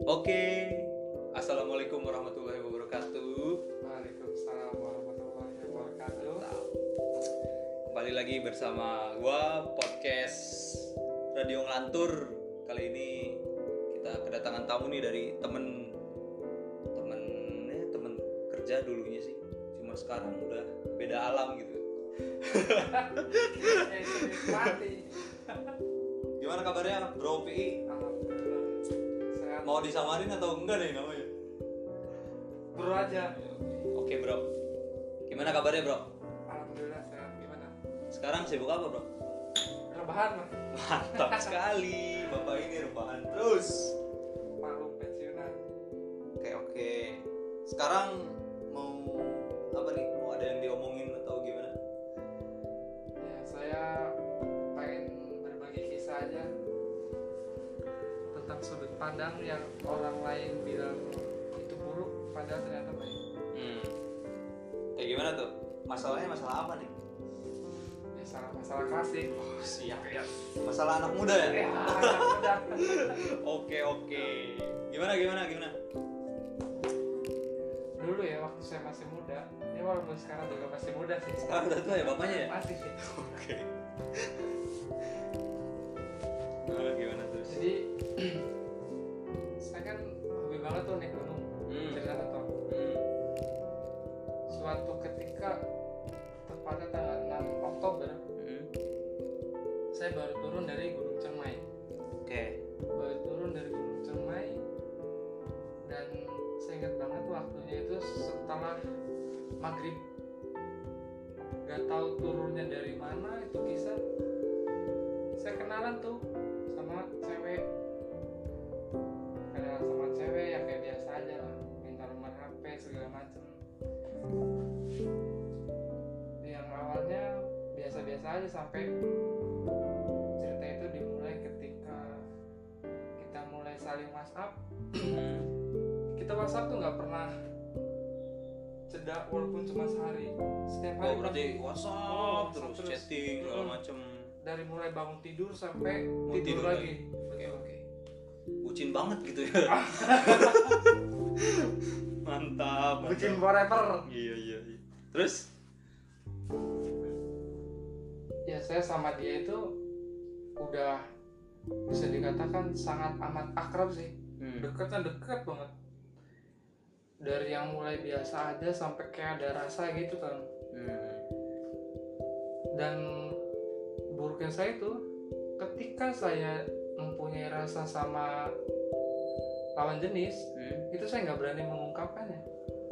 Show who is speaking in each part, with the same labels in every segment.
Speaker 1: Oke, Assalamualaikum warahmatullahi wabarakatuh.
Speaker 2: Waalaikumsalam warahmatullahi wabarakatuh.
Speaker 1: Mantap. Kembali lagi bersama gua podcast Radio Ngelantur. Kali ini kita kedatangan tamu nih dari temen kerja dulunya sih. Cuma sekarang udah beda alam gitu.
Speaker 2: Mati.
Speaker 1: Gimana kabarnya Bro PI?
Speaker 2: Alhamdulillah. Sehat.
Speaker 1: Mau disamarin atau enggak nih namanya?
Speaker 2: Bro aja.
Speaker 1: Oke Bro. Gimana kabarnya Bro?
Speaker 2: Alhamdulillah sehat. Gimana?
Speaker 1: Sekarang sibuk apa Bro?
Speaker 2: Rebahan mah.
Speaker 1: Mantap sekali, Bapak ini rebahan terus.
Speaker 2: Malu pensiunan.
Speaker 1: Oke. Sekarang mau apa nih? Mau ada yang diomongin atau gimana?
Speaker 2: Ya saya pengen berbagi kisah aja tentang sudut pandang yang orang lain bilang itu buruk, padahal ternyata baik.
Speaker 1: Kayak gimana tuh? Masalahnya masalah apa nih?
Speaker 2: Ya masalah klasik.
Speaker 1: Siap ya. Masalah anak muda ya?
Speaker 2: Ya, udah.
Speaker 1: Oke. Gimana?
Speaker 2: Dulu ya waktu saya masih muda, ya walaupun sekarang juga masih muda sih.
Speaker 1: Sekarang udah tua ya bapaknya ya?
Speaker 2: Masih sih.
Speaker 1: Oke. Gimana terus?
Speaker 2: Jadi saya kan hobi banget tuh naik gunung. Cerita tuh. Suatu ketika tepatnya tanggal 6 Oktober saya baru turun dari Gunung Cermai.
Speaker 1: Oke.
Speaker 2: Baru turun dari Gunung Cermai dan saya ingat banget waktunya itu setelah maghrib. Gak tahu turunnya dari mana itu kisah. Saya kenalan tuh sama cewek. Kenalan sama cewek ya kayak biasa aja lah, minta nomor HP segala macem. Yang awalnya biasa-biasa aja sampai cerita itu dimulai ketika kita mulai saling WhatsApp. Kita WhatsApp tuh nggak pernah jeda walaupun cuma sehari. Setiap hari
Speaker 1: Berarti
Speaker 2: pasti-
Speaker 1: WhatsApp
Speaker 2: terus.
Speaker 1: terus chatting segala macem.
Speaker 2: Dari mulai bangun tidur sampai
Speaker 1: Mau
Speaker 2: tidur lagi.
Speaker 1: Oke. Bucin banget gitu ya. Mantap.
Speaker 2: Bucin forever.
Speaker 1: Iya. Terus?
Speaker 2: Ya saya sama dia itu udah bisa dikatakan sangat amat akrab sih. Dekatnya dekat banget. Dari yang mulai biasa aja sampai kayak ada rasa gitu kan. Dan buruknya saya itu ketika saya mempunyai rasa sama lawan jenis, itu saya nggak berani mengungkapkannya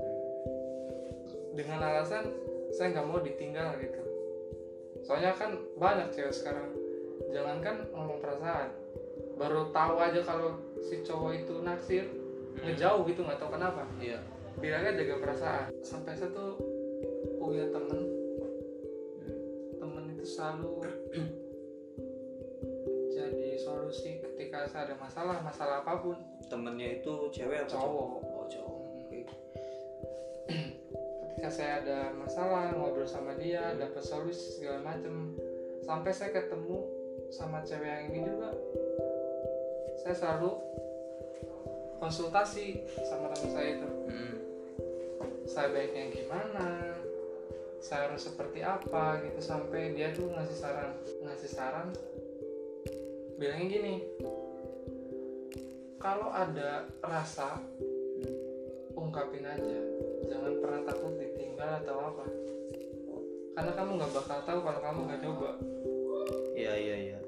Speaker 2: dengan alasan saya nggak mau ditinggal gitu. Soalnya kan banyak cewek sekarang, jangankan ngomong perasaan, baru tahu aja kalau si cowok itu naksir, ngejauh gitu, nggak tahu kenapa.
Speaker 1: Iya.
Speaker 2: Bilangnya jaga perasaan. Sampai saya tuh punya temen itu selalu jadi solusi ketika saya ada masalah apapun.
Speaker 1: Temennya itu cewek atau
Speaker 2: Cowok.
Speaker 1: Oh, cowok. Oke.
Speaker 2: Ketika saya ada masalah, ngobrol sama dia, dapat solusi segala macem. Sampai saya ketemu sama cewek yang ini juga, saya selalu konsultasi sama teman saya itu. Saya baiknya gimana, saya harus seperti apa gitu, sampai dia tuh ngasih saran bilangnya gini, kalau ada rasa ungkapin aja, jangan pernah takut ditinggal atau apa, karena kamu nggak bakal tahu kalau kamu nggak coba.
Speaker 1: Iya.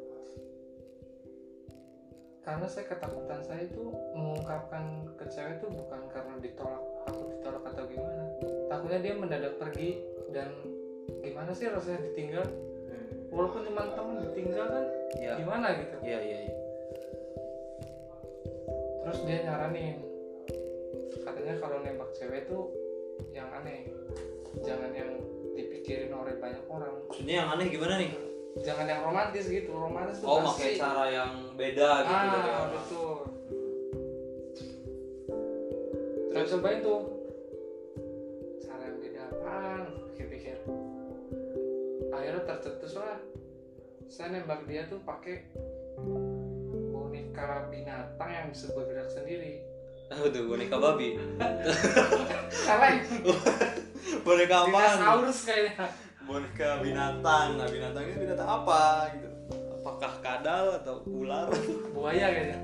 Speaker 2: Karena ketakutan saya itu mengungkapkan ke cewek itu bukan karena takut ditolak atau gimana, takutnya dia mendadak pergi dan gimana sih rasanya ditinggal, walaupun cuma teman ditinggal kan gimana gitu.
Speaker 1: Iya.
Speaker 2: Terus dia nyaranin, katanya kalau nembak cewek tuh yang aneh, jangan yang dipikirin oleh banyak orang.
Speaker 1: Maksudnya yang aneh gimana nih?
Speaker 2: Jangan yang romantis gitu, romantis tuh
Speaker 1: Oh,
Speaker 2: pasti.
Speaker 1: pakai cara yang beda gitu dari orang.
Speaker 2: Betul. Terus cobain tuh cara yang beda apaan, pikir-pikir. Akhirnya tercetus lah. Saya nembak dia tuh pakai boneka binatang yang bisa bergerak sendiri.
Speaker 1: Apa tuh boneka babi?
Speaker 2: Kaleng.
Speaker 1: Boneka apaan?
Speaker 2: Dinosaurus kayaknya.
Speaker 1: Boneka binatang. Nah, binatang ini binatang apa gitu? Apakah kadal atau ular?
Speaker 2: Buaya kayaknya.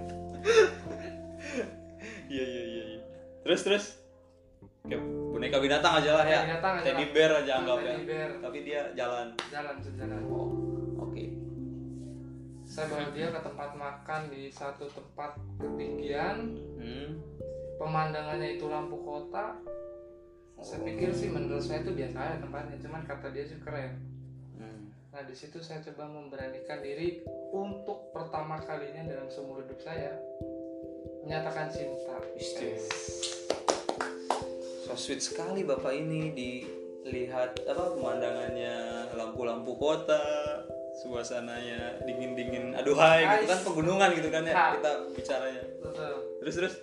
Speaker 1: Iya. Terus. Oke, boneka binatang aja lah ya.
Speaker 2: Binatang aja
Speaker 1: Teddy
Speaker 2: lah.
Speaker 1: bear aja anggap ya.
Speaker 2: Teddy bear.
Speaker 1: Tapi dia jalan.
Speaker 2: Jalan.
Speaker 1: Oh, oke.
Speaker 2: Saya bawa dia ke tempat makan di satu tempat ketinggian. Pemandangannya itu lampu kota. Saya pikir sih menurut saya itu biasa aja tempatnya, cuman kata dia sih keren. Nah di situ saya coba memberanikan diri untuk pertama kalinya dalam seumur hidup saya menyatakan cinta.
Speaker 1: So sweet sekali bapak ini, dilihat apa pemandangannya, lampu-lampu kota, suasananya dingin-dingin. Aduhai gitu kan, pegunungan gitu kan ya kita bicaranya.
Speaker 2: Betul.
Speaker 1: Terus.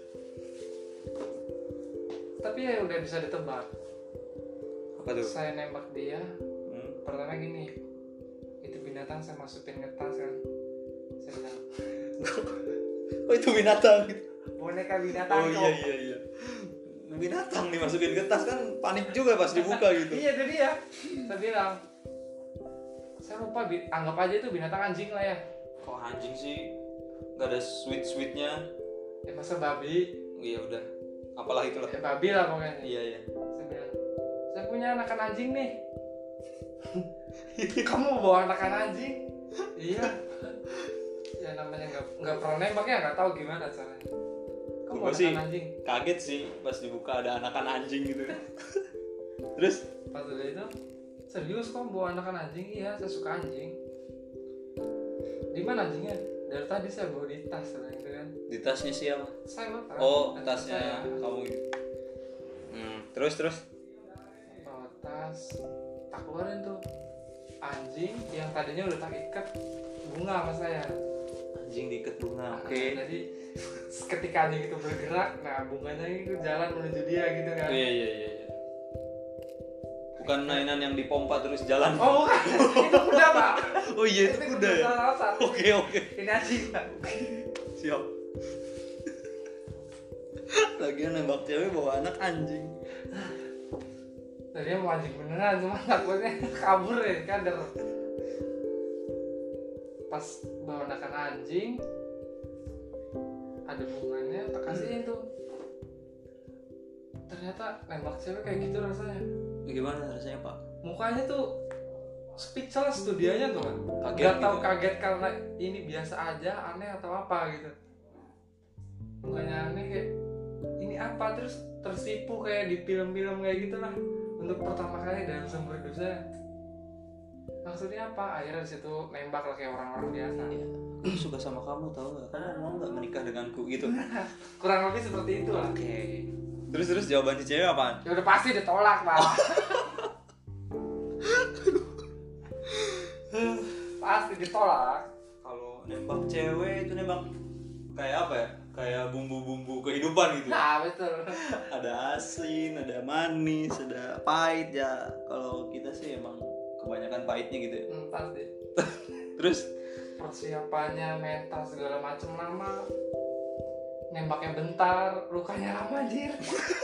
Speaker 2: Tapi ya udah bisa ditebak.
Speaker 1: Apa tuh?
Speaker 2: Saya nembak dia. Pertama gini, itu binatang saya masukin ke tas kan. Saya bilang,
Speaker 1: oh itu binatang gitu.
Speaker 2: boneka binatang.
Speaker 1: Oh iya. Binatang dimasukin ke tas kan panik juga pas dibuka gitu.
Speaker 2: Iya itu dia. Saya bilang, saya lupa, anggap aja itu binatang anjing lah ya.
Speaker 1: Kok anjing sih? Gak ada sweetnya.
Speaker 2: Ya masa babi?
Speaker 1: Iya udah. Apalah itulah.
Speaker 2: Ya babi lah pokoknya.
Speaker 1: Iya.
Speaker 2: Saya bilang, saya punya anakan anjing nih. Kamu bawa anakan anjing? Iya. Ya namanya nggak pernah nembak ya, nggak tahu gimana caranya. Kamu
Speaker 1: Gua
Speaker 2: anakan
Speaker 1: sih
Speaker 2: anjing?
Speaker 1: kaget sih pas dibuka ada anakan anjing gitu. Terus?
Speaker 2: Pas udah itu, serius kamu bawa anakan anjing? Iya, saya suka anjing. Di mana anjingnya? Dari tadi saya bawa di tas gitu kan.
Speaker 1: Di tasnya siapa?
Speaker 2: Saya bawa.
Speaker 1: Oh, tasnya kamu gitu. Terus?
Speaker 2: Bawa tas, tak keluarin tuh anjing yang tadinya udah tak ikat bunga sama saya.
Speaker 1: Anjing diikat bunga. Oke.
Speaker 2: Jadi ketika anjing itu bergerak, nah bunganya itu jalan menuju dia gitu kan.
Speaker 1: Iya. Bukan mainan yang dipompa terus jalan.
Speaker 2: Oh bukan, itu kuda pak.
Speaker 1: Oh iya itu kuda ya. Oke.
Speaker 2: Ini anjing pak.
Speaker 1: Siap. Lagian nembak cewek bawa anak anjing.
Speaker 2: Tadinya mau anjing beneran, cuma takutnya kabur ya kader. Pas bawa anakan anjing, ada bunganya, tak kasihin tuh. Ternyata nembak cewek kayak gitu rasanya.
Speaker 1: Gimana rasanya pak?
Speaker 2: Mukanya tuh speechless tuh dianya tuh kan.
Speaker 1: Kaget
Speaker 2: Gak tau
Speaker 1: gitu.
Speaker 2: kaget karena ini biasa aja, aneh atau apa gitu. Mukanya aneh kayak ini apa, terus tersipu kayak di film-film kayak gitu lah. Untuk pertama kali dalam seumur hidup saya. Maksudnya apa? Akhirnya disitu nembak lah kayak orang-orang biasa.
Speaker 1: Iya. Aku suka sama kamu tahu nggak? Kamu mau nggak menikah denganku gitu?
Speaker 2: Kurang lebih seperti itu lah.
Speaker 1: Oke. Terus jawaban si cewek apaan?
Speaker 2: Ya udah pasti ditolak pak. Pasti ditolak.
Speaker 1: Kalau nembak cewek itu nembak kayak apa ya? Kayak bumbu-bumbu kehidupan gitu.
Speaker 2: Nah betul.
Speaker 1: Ada asin, ada manis, ada pahit ya. Kalau kita sih emang kebanyakan pahitnya gitu ya.
Speaker 2: Pasti.
Speaker 1: Terus
Speaker 2: Persiapannya mental segala macem lama. Nembaknya bentar, lukanya lama anjir.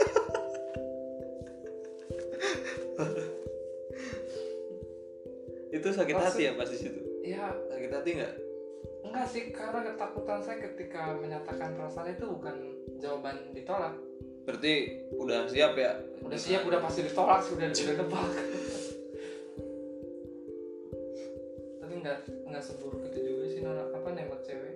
Speaker 1: itu sakit hati ya pas di situ.
Speaker 2: Ya
Speaker 1: Sakit hati nggak?
Speaker 2: enggak sih, karena ketakutan saya ketika menyatakan perasaan itu bukan jawaban ditolak.
Speaker 1: Berarti udah siap ya?
Speaker 2: Udah siap, udah pasti ditolak, sudah nebak. Tapi enggak seburuk itu juga sih nembak cewek.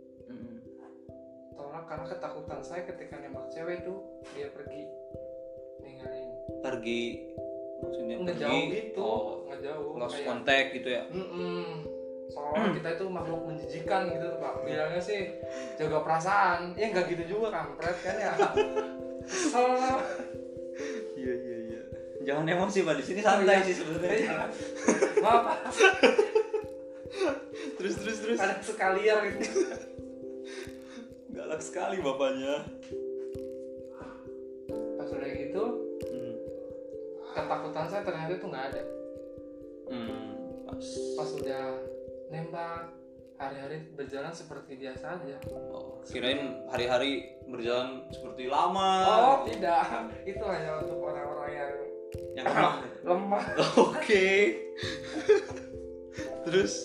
Speaker 2: Tolak karena ketakutan saya ketika nembak cewek itu dia pergi ninggalin.
Speaker 1: Pergi maksudnya
Speaker 2: Nggak
Speaker 1: pergi.
Speaker 2: jauh gitu,
Speaker 1: Oh,
Speaker 2: nggak jauh.
Speaker 1: lost
Speaker 2: Kayak,
Speaker 1: contact gitu ya.
Speaker 2: Soalnya kita itu makhluk menjijikan gitu pak. Bilangnya sih jaga perasaan, ya nggak gitu juga kampret kan ya. Soalnya
Speaker 1: Iya. Jangan emosi pak, di sini santai sih sebenarnya.
Speaker 2: maaf pak.
Speaker 1: Terus.
Speaker 2: Kadang suka liar gitu.
Speaker 1: Galak sekali bapaknya.
Speaker 2: Pas udah gitu, ketakutan saya ternyata itu nggak ada.
Speaker 1: Pas.
Speaker 2: Pas udah nembak, hari-hari berjalan seperti biasa aja.
Speaker 1: Oh, kirain hari-hari berjalan seperti lama.
Speaker 2: Oh tidak, itu hanya untuk orang-orang
Speaker 1: yang lemah.
Speaker 2: lemah.
Speaker 1: Oke. Terus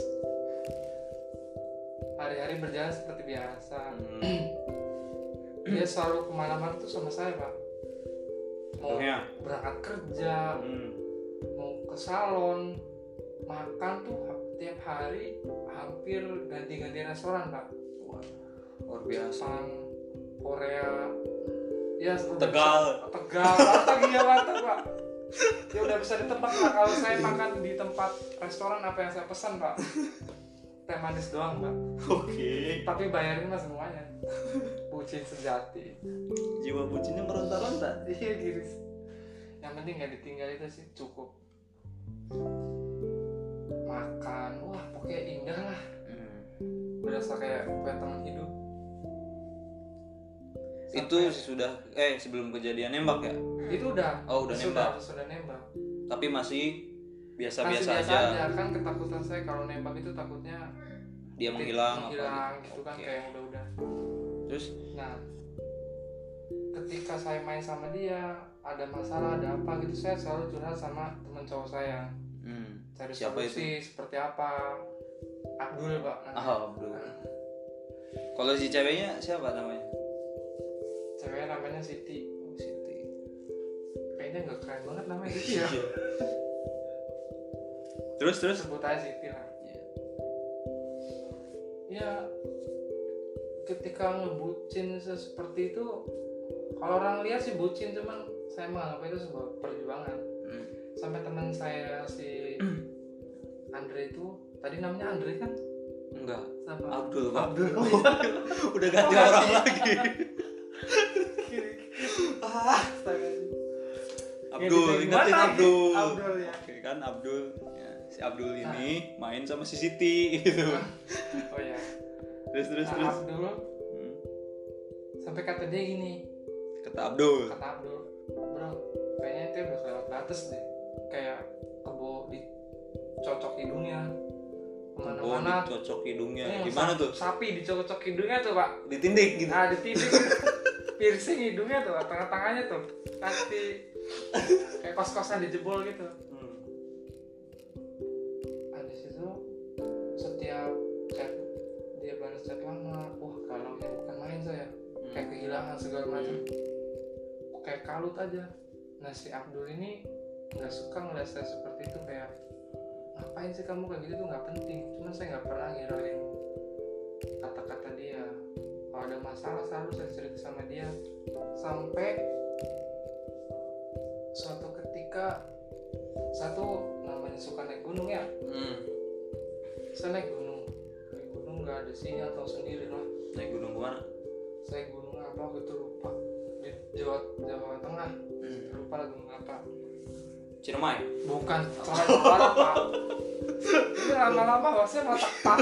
Speaker 2: hari-hari berjalan seperti biasa. Dia selalu kemana-mana tuh sama saya, Pak. Mau berangkat kerja, mau ke salon, makan tuh tiap hari hampir ganti-ganti restoran, Pak.
Speaker 1: Wah, luar biasa.
Speaker 2: Jepang, Korea, ya
Speaker 1: Tegal,
Speaker 2: mantap, Pak. Ya udah bisa ditebak lah kalau saya makan di tempat restoran apa yang saya pesan, Pak. Teh manis doang, Pak.
Speaker 1: Oke.
Speaker 2: Tapi bayarin mah semuanya. Bucin sejati.
Speaker 1: Jiwa bucinnya meronta-ronta.
Speaker 2: Iya, Giris. Yang penting gak ditinggal itu sih cukup. Makan, wah pokoknya indah lah. Berasa kayak teman hidup. Sampai
Speaker 1: itu sudah sebelum kejadian nembak ya?
Speaker 2: Itu udah.
Speaker 1: Oh, udah nembak.
Speaker 2: Sudah nembak.
Speaker 1: Tapi masih biasa-biasa
Speaker 2: aja. Kan ketakutan saya kalau nembak itu takutnya
Speaker 1: dia menghilang
Speaker 2: gitu.
Speaker 1: Okay.
Speaker 2: Kan kayak udah.
Speaker 1: Terus
Speaker 2: nah, ketika saya main sama dia, ada masalah, ada apa gitu, saya selalu curhat sama teman cowok saya. Cari solusi seperti apa. Abdul, Pak.
Speaker 1: Abdul. Kalau si ceweknya siapa namanya?
Speaker 2: Ceweknya namanya Siti.
Speaker 1: Siti.
Speaker 2: Kayaknya nggak keren banget namanya Siti ya.
Speaker 1: Terus
Speaker 2: sebut aja Siti lah. Ya ketika ngebucin seperti itu, kalau orang lihat sih bucin, cuman saya menganggap itu sebuah perjuangan. Sampai teman saya si Andre itu, tadi namanya Andre kan?
Speaker 1: Enggak.
Speaker 2: Siapa?
Speaker 1: Abdul. Udah ganti orang lagi. Abdul, ingetin Abdul.
Speaker 2: Abdul ya.
Speaker 1: Oke kan Abdul. Ya, si Abdul ini main sama si Siti gitu.
Speaker 2: Oh ya.
Speaker 1: Terus.
Speaker 2: Abdul. Sampai kata dia gini.
Speaker 1: Kata Abdul.
Speaker 2: Bro, kayaknya dia udah lewat batas deh. Kayak kebo dicocok hidungnya. Kemana-mana.
Speaker 1: Dicocok hidungnya. Gimana tuh?
Speaker 2: Sapi dicocok hidungnya tuh, Pak.
Speaker 1: Ditindik gitu.
Speaker 2: Ditindik. Piercing hidungnya tuh, tengah-tengahnya tuh. Kasih kayak kos-kosan dijebol gitu. Habis itu setiap chat dia balas chat lama, wah kalau ya bukan main saya. Kayak kehilangan segala macam. Kayak kalut aja. Nah si Abdul ini nggak suka ngeliat saya seperti itu, kayak ngapain sih kamu kayak gitu tuh nggak penting. Cuman saya nggak pernah ngirauin kata-kata dia. Kalau ada masalah selalu saya cerita sama dia. Sampai suatu ketika namanya suka naik gunung ya. Saya naik gunung. Di gunung nggak ada sinyal, tahu sendiri lah.
Speaker 1: Naik gunung kemana?
Speaker 2: Saya gunung apa gitu lupa. Di Jawa Tengah. Lupa lah gunung apa.
Speaker 1: Ciremai?
Speaker 2: Bukan, Jawa Barat, Pak. Ini lama-lama hostnya matak-matak.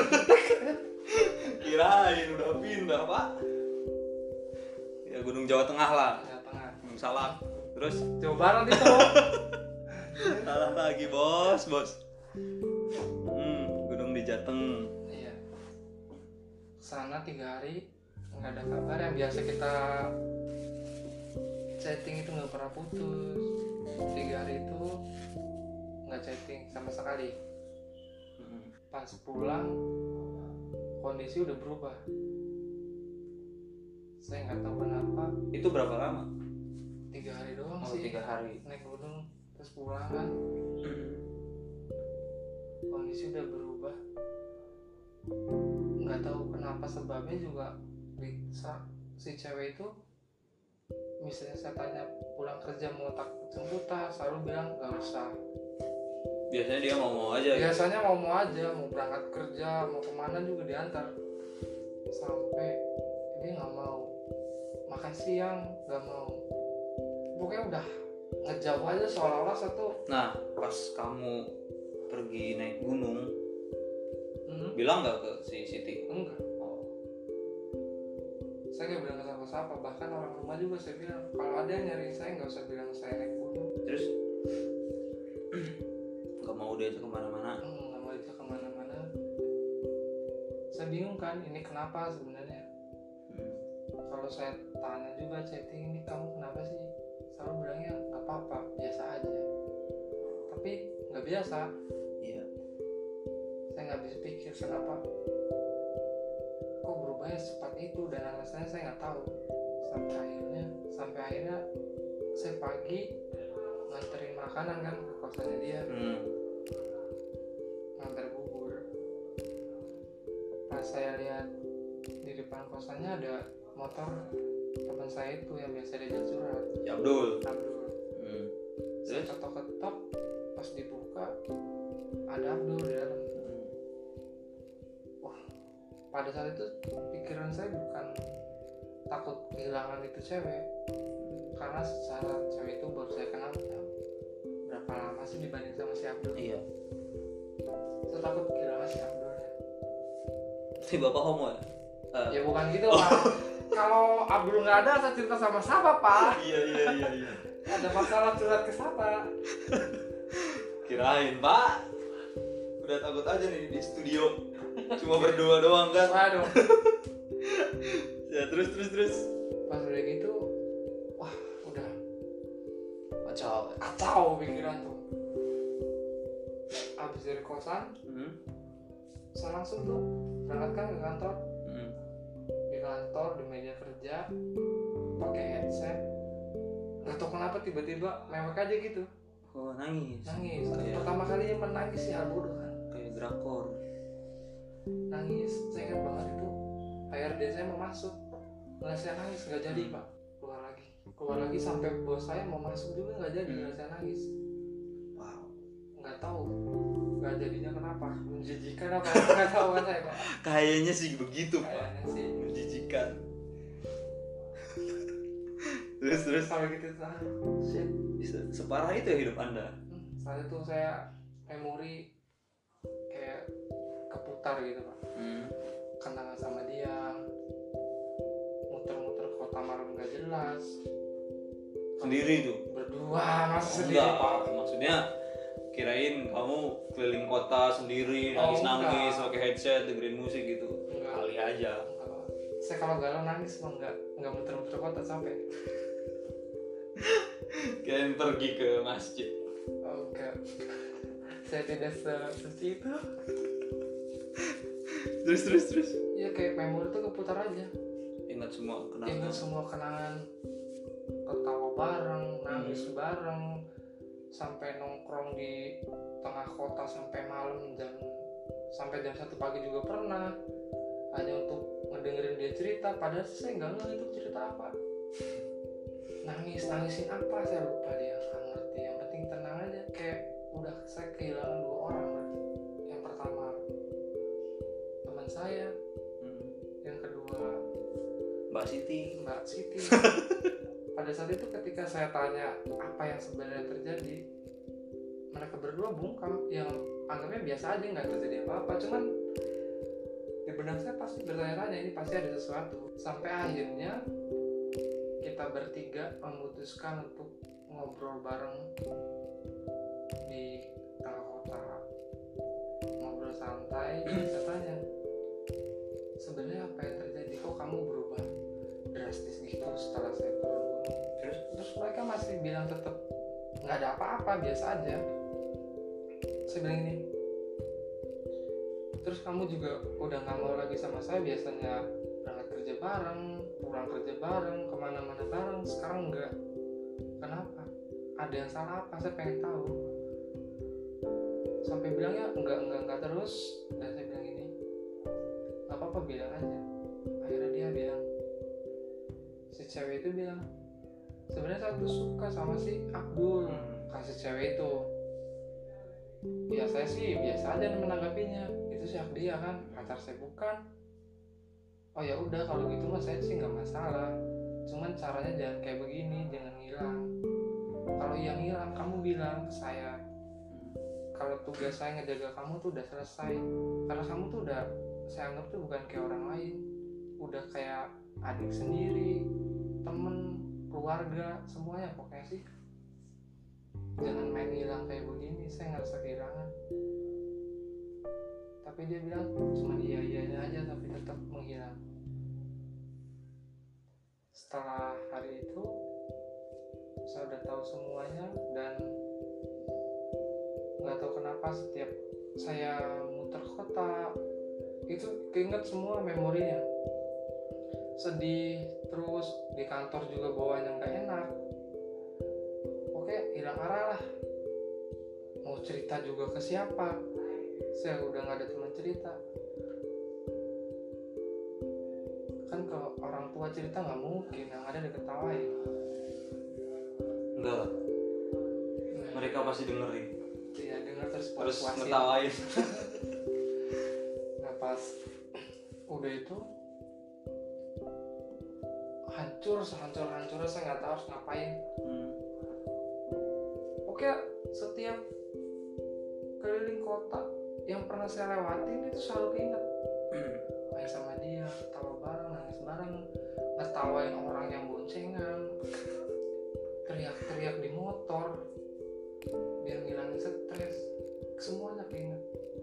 Speaker 1: Kirain udah pindah, Pak. Ya Gunung Jawa Tengah lah.
Speaker 2: Jawa Tengah.
Speaker 1: Gunung Salak. Terus
Speaker 2: Jawa Barat itu.
Speaker 1: salah lagi, bos. Gunung di Jateng.
Speaker 2: Iya. Sana 3 hari nggak ada kabar. Yang biasa kita chatting itu nggak pernah putus. 3 hari itu nggak chatting sama sekali. Pas pulang kondisi udah berubah. Saya nggak tahu kenapa.
Speaker 1: Itu berapa lama?
Speaker 2: 3 hari doang sih.
Speaker 1: 3 hari.
Speaker 2: Naik gunung terus pulang kan. Kondisi udah berubah. Nggak tahu kenapa sebabnya juga bisa si cewek itu. Misalnya saya tanya pulang kerja mau takut jemputan, selalu bilang nggak usah.
Speaker 1: Biasanya dia mau aja.
Speaker 2: Biasanya mau aja, mau berangkat kerja, mau kemana juga diantar. Sampai dia nggak mau. Makan siang nggak mau. Pokoknya udah ngejauh aja seolah-olah satu.
Speaker 1: Nah, pas kamu pergi naik gunung, bilang nggak ke si Siti?
Speaker 2: Enggak. Saya nggak bilang ke siapa-siapa, bahkan orang rumah juga saya bilang kalau ada yang nyariin saya nggak usah bilang saya naik gunung.
Speaker 1: Terus nggak mau diajak kemana-mana?
Speaker 2: Nggak mau diajak kemana-mana. Saya saya bingung kan ini kenapa sebenarnya. Kalau saya tanya juga chatting, ini kamu kenapa sih, selalu bilangnya nggak apa-apa, biasa aja, tapi nggak biasa.
Speaker 1: Iya.
Speaker 2: Saya nggak bisa pikir kenapa kok berubahnya secepat itu, dan alasannya saya nggak tahu. Sampai akhirnya saya pagi nganterin makanan kan ke kosannya dia, nganter bubur. Pas saya lihat di depan kosannya ada motor teman saya itu yang biasa diajak surat,
Speaker 1: Ya Abdul.
Speaker 2: Saya ketok-ketok, pas dibuka ada Abdul di dalam. Wah, pada saat itu pikiran saya bukan takut kehilangan itu cewek, karena secara cewek itu baru saya kenal berapa lama sih dibanding sama si Abdul.
Speaker 1: Iya.
Speaker 2: Saya takut kehilangan si Abdul.
Speaker 1: Si bapak homo ya?
Speaker 2: Ya bukan gitu Pak. Kalau Abdul nggak ada, saya cerita sama siapa Pak?
Speaker 1: Iya.
Speaker 2: Ada masalah curhat ke siapa?
Speaker 1: Kirain Pak, udah takut aja nih di studio, cuma berdua doang kan?
Speaker 2: Waduh.
Speaker 1: Ya terus.
Speaker 2: Pas udah gitu, wah udah
Speaker 1: Kacau.
Speaker 2: pikiran tuh. Abis dari kosan, saya langsung tuh berangkat ke kantor. Di kantor, di meja kerja, pakai headset. Gak tau kenapa tiba-tiba mewek aja gitu.
Speaker 1: Oh nangis. Kayak,
Speaker 2: Pertama kalinya menangis sih bodoh kan.
Speaker 1: kayak drakor.
Speaker 2: Nangis, saya ingat banget itu. HRD saya mau masuk, nggak saya nangis, nggak jadi Pak. Keluar lagi sampai bos saya mau masuk juga nggak jadi, nggak saya nangis.
Speaker 1: Wow.
Speaker 2: Nggak tahu, nggak jadinya kenapa? Menjijikan apa? Nggak tahu kan saya Pak.
Speaker 1: Kayaknya sih begitu Pak.
Speaker 2: Kayaknya sih.
Speaker 1: Menjijikan. terus
Speaker 2: Sampai gitu shit.
Speaker 1: Bisa separah itu ya hidup Anda?
Speaker 2: Saat itu saya memori kayak keputar gitu Pak. Kenangan sama dia, muter-muter kota malam gak jelas.
Speaker 1: Sendiri tuh?
Speaker 2: Berdua, masa sendiri Pak?
Speaker 1: Maksudnya kirain kamu keliling kota sendiri, nangis-nangis, pakai headset, dengerin musik gitu.
Speaker 2: Enggak.
Speaker 1: Kali aja.
Speaker 2: Enggak. Saya kalau galau nangis mah enggak muter-muter kota sampai.
Speaker 1: Kirain pergi ke masjid.
Speaker 2: Oh enggak. Saya tidak seperti itu.
Speaker 1: Terus.
Speaker 2: Ya kayak memori tuh keputar aja.
Speaker 1: Ingat semua kenangan.
Speaker 2: Ingat semua kenangan, ketawa bareng, nangis bareng, sampai nongkrong di tengah kota sampai malam sampai jam 1 pagi juga pernah, hanya untuk ngedengerin dia cerita. Padahal saya nggak ngerti itu cerita apa. Nangisin apa saya lupa, dia nggak ngerti. Yang penting tenang aja. Kayak udah saya kehilangan 2 orang berarti. Yang pertama teman saya, yang kedua
Speaker 1: Mbak Siti.
Speaker 2: Pada saat itu ketika saya tanya apa yang sebenarnya terjadi, mereka berdua bungkam, yang anggapnya biasa aja, nggak terjadi apa-apa. Cuman di benak saya pasti bertanya-tanya, ini pasti ada sesuatu. Sampai akhirnya kita bertiga memutuskan untuk ngobrol bareng di tengah kota, ngobrol santai. Saya tanya, sebenarnya apa yang terjadi, kok kamu berubah drastis gitu setelah saya turun gunung? Terus mereka masih bilang tetap nggak ada apa-apa, biasa aja. Saya bilang ini, terus kamu juga udah nggak mau lagi sama saya, biasanya berangkat kerja bareng, pulang kerja bareng, kemana-mana bareng, sekarang enggak. Kenapa? Ada yang salah apa? Saya pengen tahu. Sampai bilangnya enggak terus. Dan saya bilang ini, nggak apa-apa, bilang aja. Akhirnya dia bilang, si cewek itu bilang, sebenarnya saya tuh suka sama si Abdul. Kasih cewek itu, ya saya sih biasa aja menanggapinya, itu sih hak dia kan, pacar saya bukan. Oh ya udah kalau gitu mah saya sih nggak masalah, cuman caranya jangan kayak begini, jangan ngilang. Kalau yang ngilang kamu bilang ke saya, kalau tugas saya ngejaga kamu tuh udah selesai, karena kamu tuh udah saya anggap tuh bukan kayak orang lain, udah kayak adik sendiri, temen, keluarga, semuanya pokoknya sih. Jangan main hilang kayak begini, saya ngerasa kehilangan. tapi dia bilang cuma iya aja, tapi tetap menghilang. Setelah hari itu saya udah tahu semuanya, dan nggak tahu kenapa setiap saya muter kota itu keinget semua memorinya. Sedih, terus di kantor juga bawaannya nggak enak. Oke, hilang arah lah. Mau cerita juga ke siapa? Saya udah nggak ada teman cerita. Kan kalau orang tua cerita nggak mungkin, yang ada diketawain.
Speaker 1: Enggak. Mereka pasti dengerin.
Speaker 2: Iya, denger terus
Speaker 1: ngetawain.
Speaker 2: Nah, pas udah itu hancur-hancurnya, saya nggak tahu harus ngapain. Oke, setiap keliling kota yang pernah saya lewatin itu selalu ingat. Main sama dia, ketawa bareng, nangis bareng, ngetawain orang yang boncengan, teriak-teriak di motor biar ngilangin stres, semuanya keinget.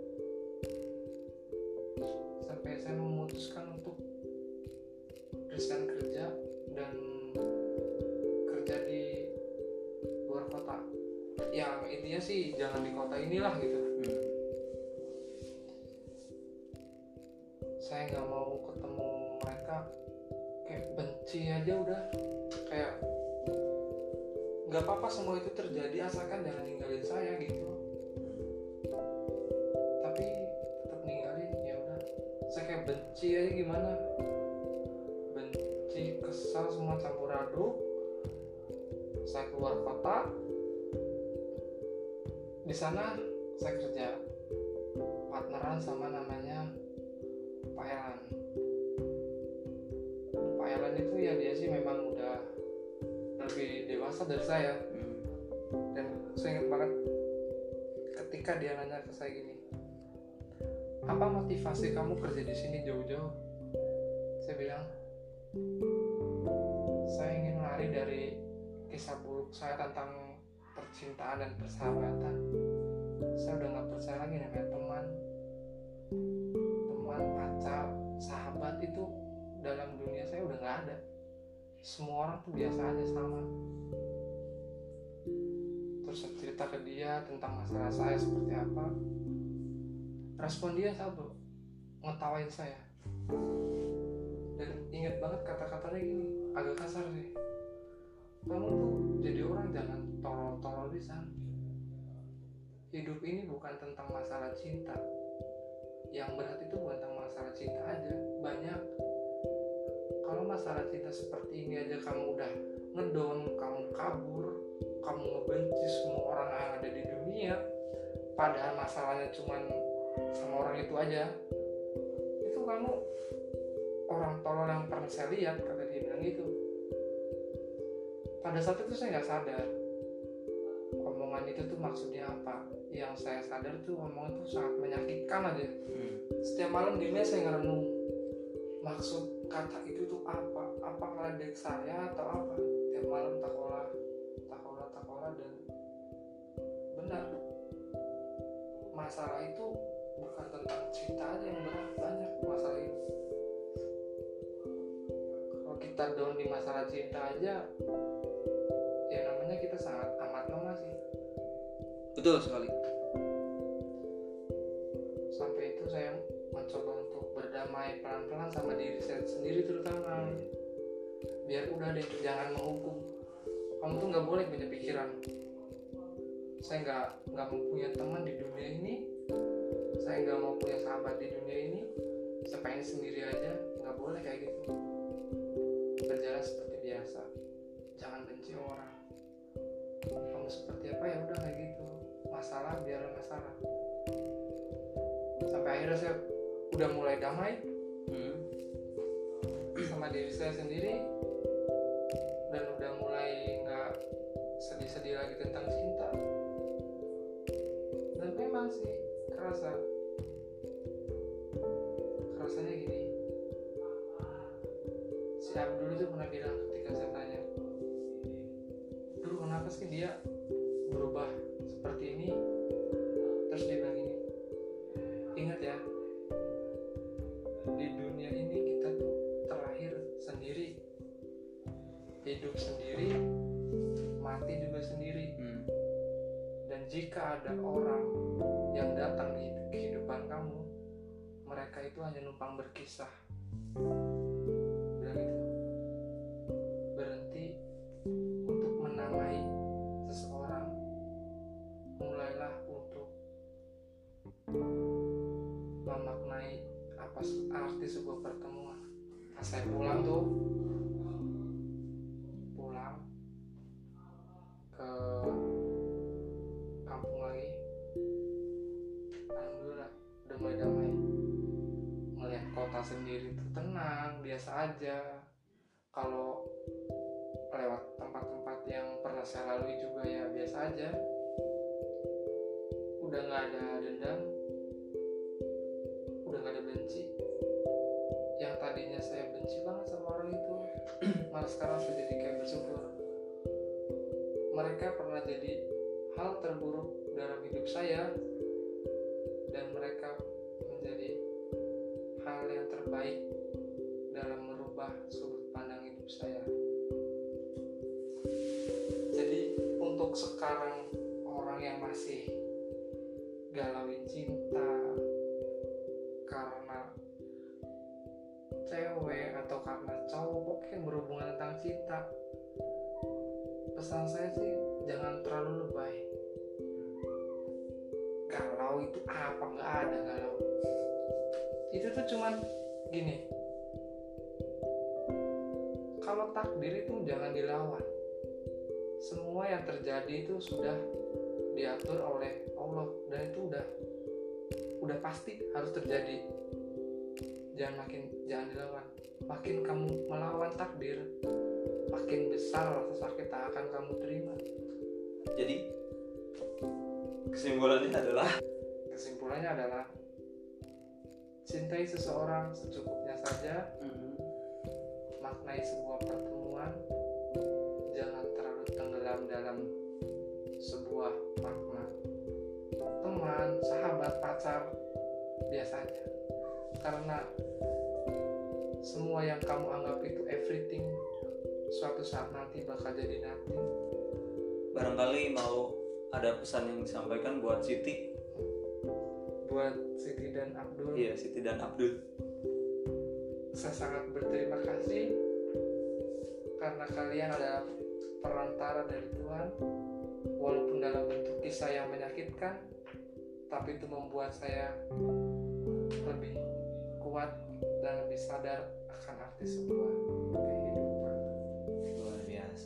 Speaker 2: Sampai saya memutuskan untuk resign kerja dan kerja di luar kota. Ya intinya sih jangan di kota inilah gitu. Saya nggak mau ketemu mereka, kayak benci aja udah, kayak nggak apa-apa semua itu terjadi asalkan jangan ninggalin saya gitu. Tapi tetap ninggalin, ya udah. Saya kayak benci aja, gimana? Benci, kesal, semua campur aduk. Saya keluar kota. Di sana saya kerja partneran sama namanya Pak Elan. Pak Elan itu ya dia sih memang udah lebih dewasa dari saya. Dan saya ingat banget ketika dia nanya ke saya gini, apa motivasi kamu kerja di sini jauh-jauh? Saya bilang, saya ingin lari dari kisah buruk saya tentang percintaan dan persahabatan. Saya udah gak percaya lagi namanya teman, pacar, sahabat itu dalam dunia saya udah gak ada. Semua orang tuh biasa aja sama. Terus saya cerita ke dia tentang masalah saya seperti apa. Respon dia satu, ngetawain saya. Dan ingat banget kata-katanya gini, agak kasar sih. Kamu tuh jadi orang jangan tolol-tolol bisa. Hidup ini bukan tentang masalah cinta. Yang berat itu bukan tentang masalah cinta aja, banyak. Kalau masalah cinta seperti ini aja kamu udah ngedown, kamu kabur, kamu ngebenci semua orang yang ada di dunia, padahal masalahnya cuman sama orang itu aja, itu kamu orang tolol yang pernah saya lihat, kata dia bilang gitu. Pada saat itu saya nggak sadar omongan itu tuh maksudnya apa. Yang saya sadar tuh omongan itu sangat menyakitkan aja. Setiap malam di mes saya ngerenung maksud kata itu tuh apa ngeledek saya atau apa. Tiap malam takola, dan benar, masalah itu bukan tentang cinta aja yang berat, banyak masalah itu. Kalau kita down di masalah cinta aja, ya namanya kita sangat amat lemah sih.
Speaker 1: Betul sekali.
Speaker 2: Sampai itu saya mencoba untuk berdamai pelan-pelan sama diri saya sendiri, terutama biar udah deh, jangan menghukum. Kamu tuh nggak boleh punya pikiran saya nggak mau punya teman di dunia ini, saya nggak mau punya sahabat di dunia ini, saya pengen sendiri aja. Nggak boleh kayak gitu. Berjalan seperti biasa, jangan benci orang. Kamu seperti apa ya udah kayak gitu. Masalah biarlah masalah. Sampai akhirnya saya udah mulai damai sama diri saya sendiri, dan udah mulai nggak sedih-sedih lagi tentang cinta. Dan memang sih kerasanya gini, si Abdul itu pernah bilang ketika saya tanya, dulu kenapa sih dia berubah seperti ini, terus dia bilang gini, ingat ya, hidup sendiri, mati juga sendiri. Dan jika ada orang yang datang di kehidupan kamu, mereka itu hanya numpang berkisah. Bilang gitu. Berhenti untuk menamai seseorang, mulailah untuk memaknai apa arti sebuah pertemuan. Pas saya pulang ke kampung lagi, alhamdulillah udah mulai damai. Melihat kota sendiri tuh tenang, biasa aja. Kalau lewat tempat-tempat yang pernah saya lalui juga ya biasa aja. Udah nggak ada dendam, udah nggak ada benci. Yang tadinya saya benci banget sama orang itu, malah sekarang sudah jadi kayak bersyukur. Mereka pernah jadi hal terburuk dalam hidup saya, dan mereka menjadi hal yang terbaik dalam merubah sudut pandang hidup saya. Jadi untuk sekarang orang yang masih galauin cinta karena cewek atau karena cowok, pokoknya berhubungan tentang cinta, pesan saya sih jangan terlalu lebay. Galau itu apa? Nggak ada galau. Itu tuh cuman gini, kalau takdir itu jangan dilawan. Semua yang terjadi itu sudah diatur oleh Allah, dan itu udah pasti harus terjadi. Jangan dilawan. Makin kamu melawan takdir, makin besar rasa sakit yang akan kamu terima.
Speaker 1: Jadi kesimpulannya adalah
Speaker 2: cintai seseorang secukupnya saja. Maknai sebuah pertemuan, jangan terlalu tenggelam dalam sebuah makna. Teman, sahabat, pacar, biasa aja. Karena semua yang kamu anggap itu everything, suatu saat nanti bakal jadi nothing.
Speaker 1: Barangkali mau ada pesan yang disampaikan buat Siti.
Speaker 2: Buat Siti dan Abdul.
Speaker 1: Iya, Siti dan Abdul.
Speaker 2: Saya sangat berterima kasih karena kalian adalah perantara dari Tuhan. Walaupun dalam bentuk kisah yang menyakitkan, tapi itu membuat saya lebih kuat dan lebih sadar akan arti sebuah kehidupan.
Speaker 1: Luar biasa.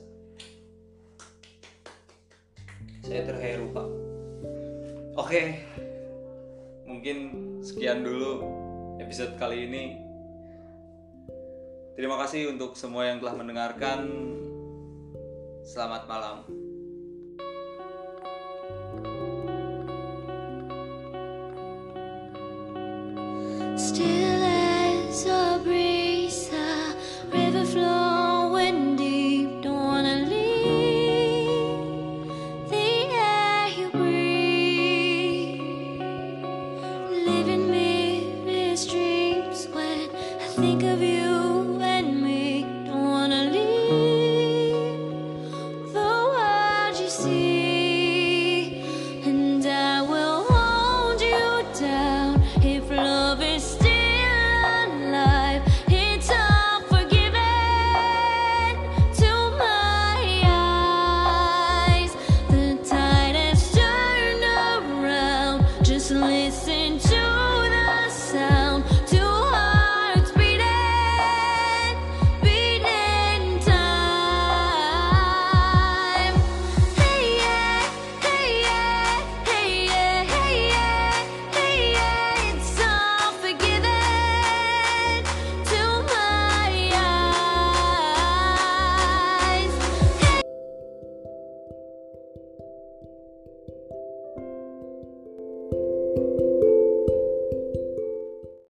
Speaker 1: Saya terharu, Pak. Oke, mungkin sekian dulu episode kali ini. Terima kasih untuk semua yang telah mendengarkan. Selamat malam.
Speaker 3: Still as a breeze, a river flowing deep. Don't wanna leave the air you breathe. Living vivid dreams when I think of you and me. Don't wanna leave the world you see, and I will hold you down if love is still alive. It's all forgiven to my eyes. The tide has turned around. Just listen to